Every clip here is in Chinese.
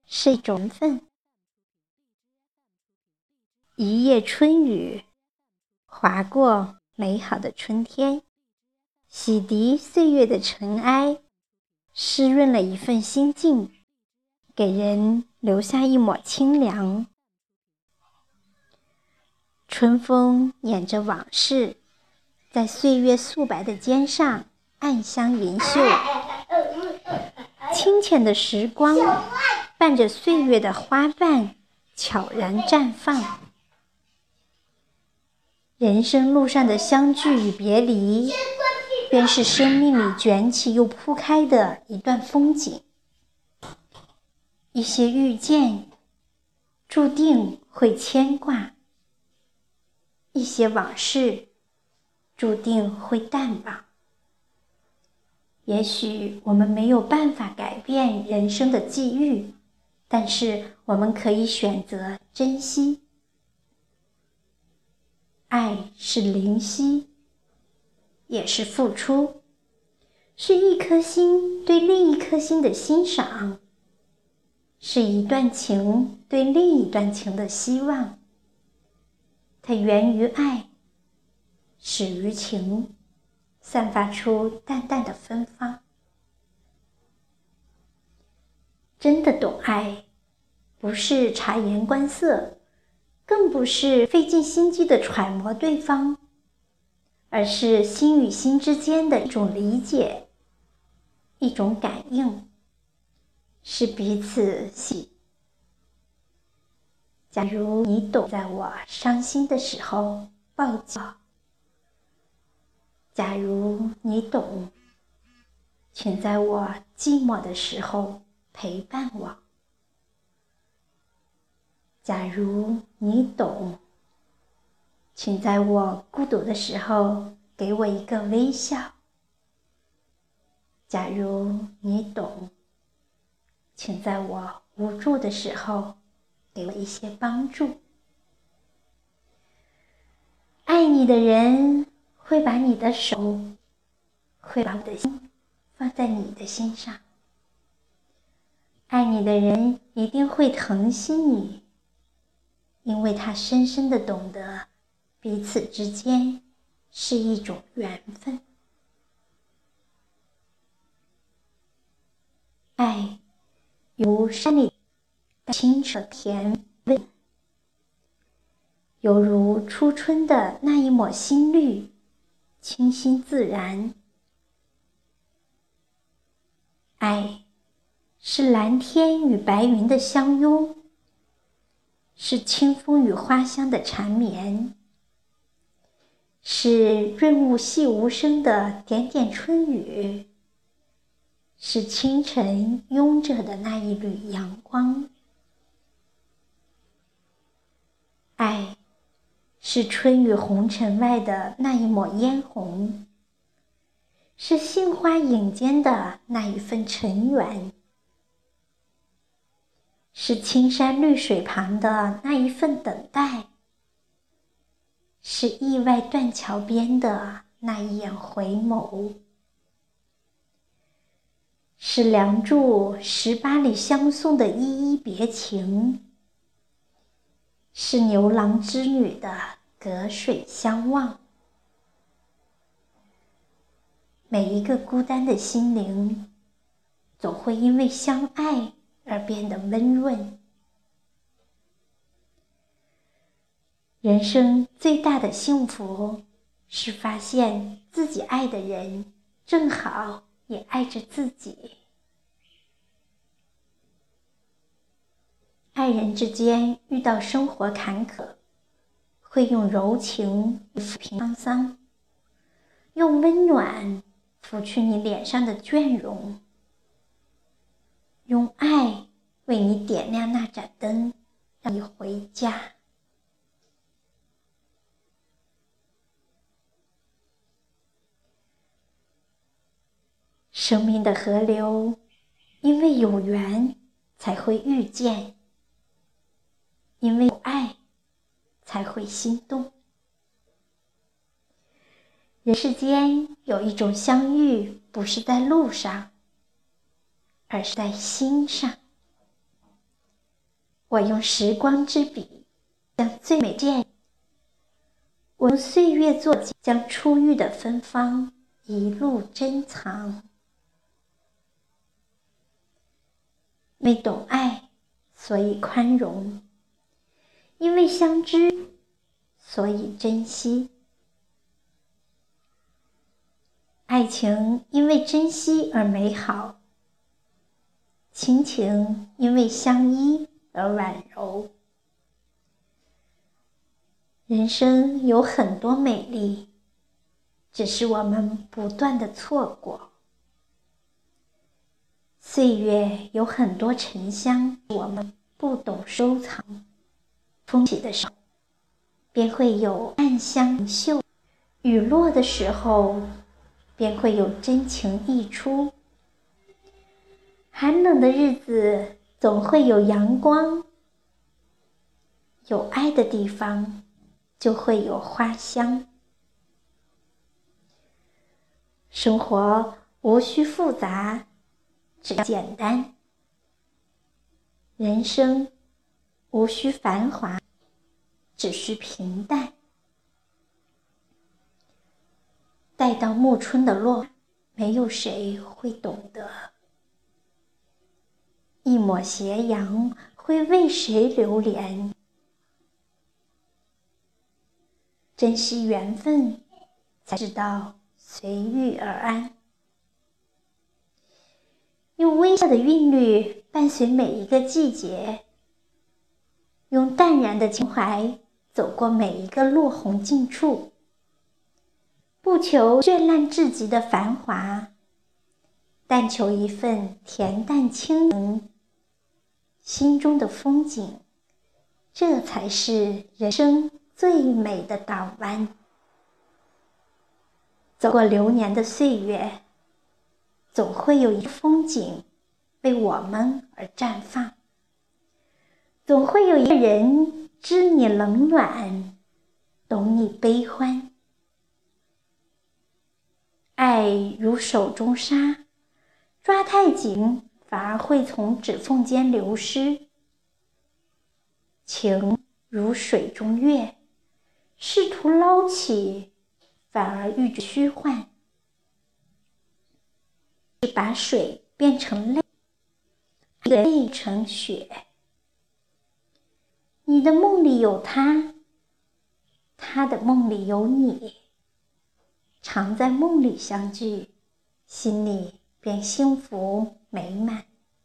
是一种缘分。一夜春雨，划过美好的春天，洗涤岁月的尘埃，湿润了一份心境，给人留下一抹清凉。春风捻着往事，在岁月素白的肩上暗香盈袖。清浅的时光伴着岁月的花瓣悄然绽放。人生路上的相聚与别离，便是生命里卷起又铺开的一段风景。一些遇见注定会牵挂，一些往事注定会淡忘。也许我们没有办法改变人生的际遇，但是我们可以选择珍惜。爱是灵犀，也是付出，是一颗心对另一颗心的欣赏，是一段情对另一段情的希望。它源于爱，始于情，散发出淡淡的芬芳。真的懂爱，不是察言观色，更不是费尽心机的揣摩对方，而是心与心之间的一种理解，一种感应，是彼此喜。假如你懂，在我伤心的时候抱紧我；假如你懂，请在我寂寞的时候陪伴我；假如你懂，请在我孤独的时候给我一个微笑；假如你懂，请在我无助的时候给我一些帮助。爱你的人会把你的手，会把我的心放在你的心上。爱你的人一定会疼惜你，因为他深深地懂得彼此之间是一种缘分。爱如山里清澈甜味，犹如初春的那一抹新绿，清新自然。爱是蓝天与白云的相拥，是清风与花香的缠绵，是润物细无声的点点春雨，是清晨拥着的那一缕阳光。爱是春雨红尘外的那一抹嫣红，是杏花影间的那一份尘缘，是青山绿水旁的那一份等待，是意外断桥边的那一眼回眸，是梁祝18里相送的依依别情，是牛郎织女的隔水相望。每一个孤单的心灵，总会因为相爱而变得温润。人生最大的幸福，是发现自己爱的人，正好也爱着自己。爱人之间遇到生活坎坷，会用柔情抚平沧桑，用温暖拂去你脸上的倦容，用爱为你点亮那盏灯，让你回家。生命的河流，因为有缘才会遇见，因为有爱才会心动。人世间有一种相遇，不是在路上，而是在心上。 我用时光之笔将最美见，我用岁月作记，将初遇的芬芳一路珍藏。因为懂爱，所以宽容；因为相知，所以珍惜。爱情因为珍惜而美好，亲情因为相依而婉柔。人生有很多美丽，只是我们不断的错过。岁月有很多沉香，我们不懂收藏。风起的时候，便会有暗香盈袖；雨落的时候，便会有真情溢出。寒冷的日子，总会有阳光。有爱的地方，就会有花香。生活无需复杂，只要简单；人生无需繁华，只需平淡。待到暮春的落，没有谁会懂得。一抹斜阳会为谁流连？珍惜缘分，才知道随遇而安。用微笑的韵律伴随每一个季节，用淡然的情怀走过每一个落红尽处。不求绚烂至极的繁华，但求一份恬淡轻盈心中的风景，这才是人生最美的港湾。走过流年的岁月，总会有一风景为我们而绽放，总会有一个人知你冷暖，懂你悲欢。爱如手中沙，抓太紧反而会从指缝间流失；情如水中月，试图捞起，反而遇着虚幻。是把水变成泪，泪成雪。你的梦里有他，他的梦里有你。常在梦里相聚，心里便幸福美满。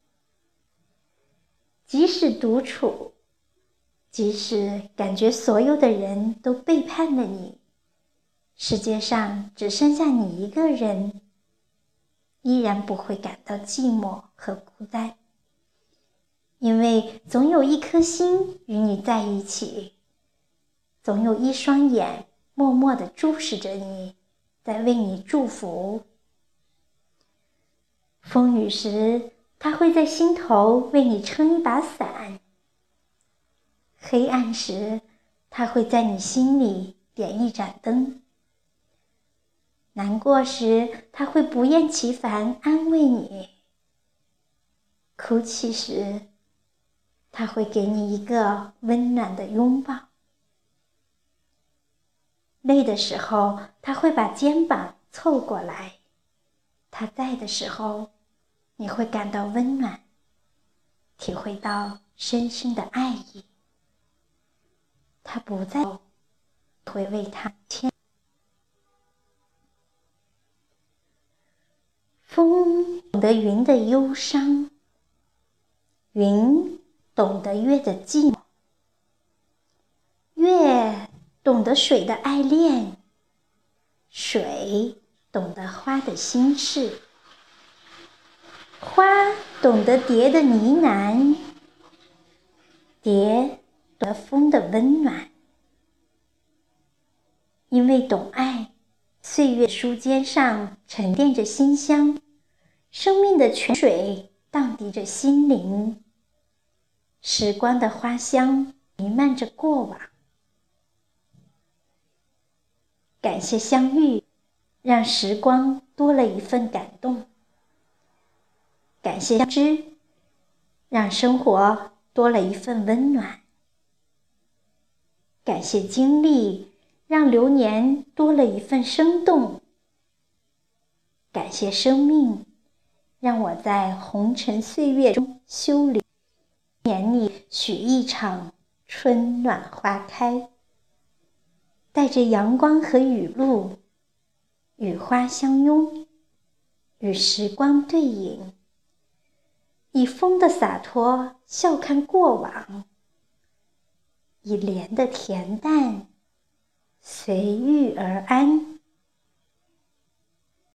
即使独处，即使感觉所有的人都背叛了你，世界上只剩下你一个人，依然不会感到寂寞和孤单，因为总有一颗心与你在一起，总有一双眼默默地注视着你，在为你祝福。风雨时，他会在心头为你撑一把伞；黑暗时，他会在你心里点一盏灯；难过时，他会不厌其烦安慰你；哭泣时，他会给你一个温暖的拥抱；累的时候，他会把肩膀凑过来。他在的时候，你会感到温暖，体会到深深的爱意。他不在，会为他牵。风懂得云的忧伤，云懂得月的寂寞，月懂得水的爱恋，水懂得花的心事，花懂得蝶的呢喃，蝶懂得风的温暖。因为懂爱，岁月书笺上沉淀着馨香，生命的泉水荡涤着心灵，时光的花香弥漫着过往。感谢相遇，让时光多了一份感动；感谢相知，让生活多了一份温暖。感谢经历，让流年多了一份生动。感谢生命，让我在红尘岁月中修炼，年里许一场春暖花开。带着阳光和雨露，与花相拥，与时光对饮，以风的洒脱笑看过往，以莲的恬淡随遇而安。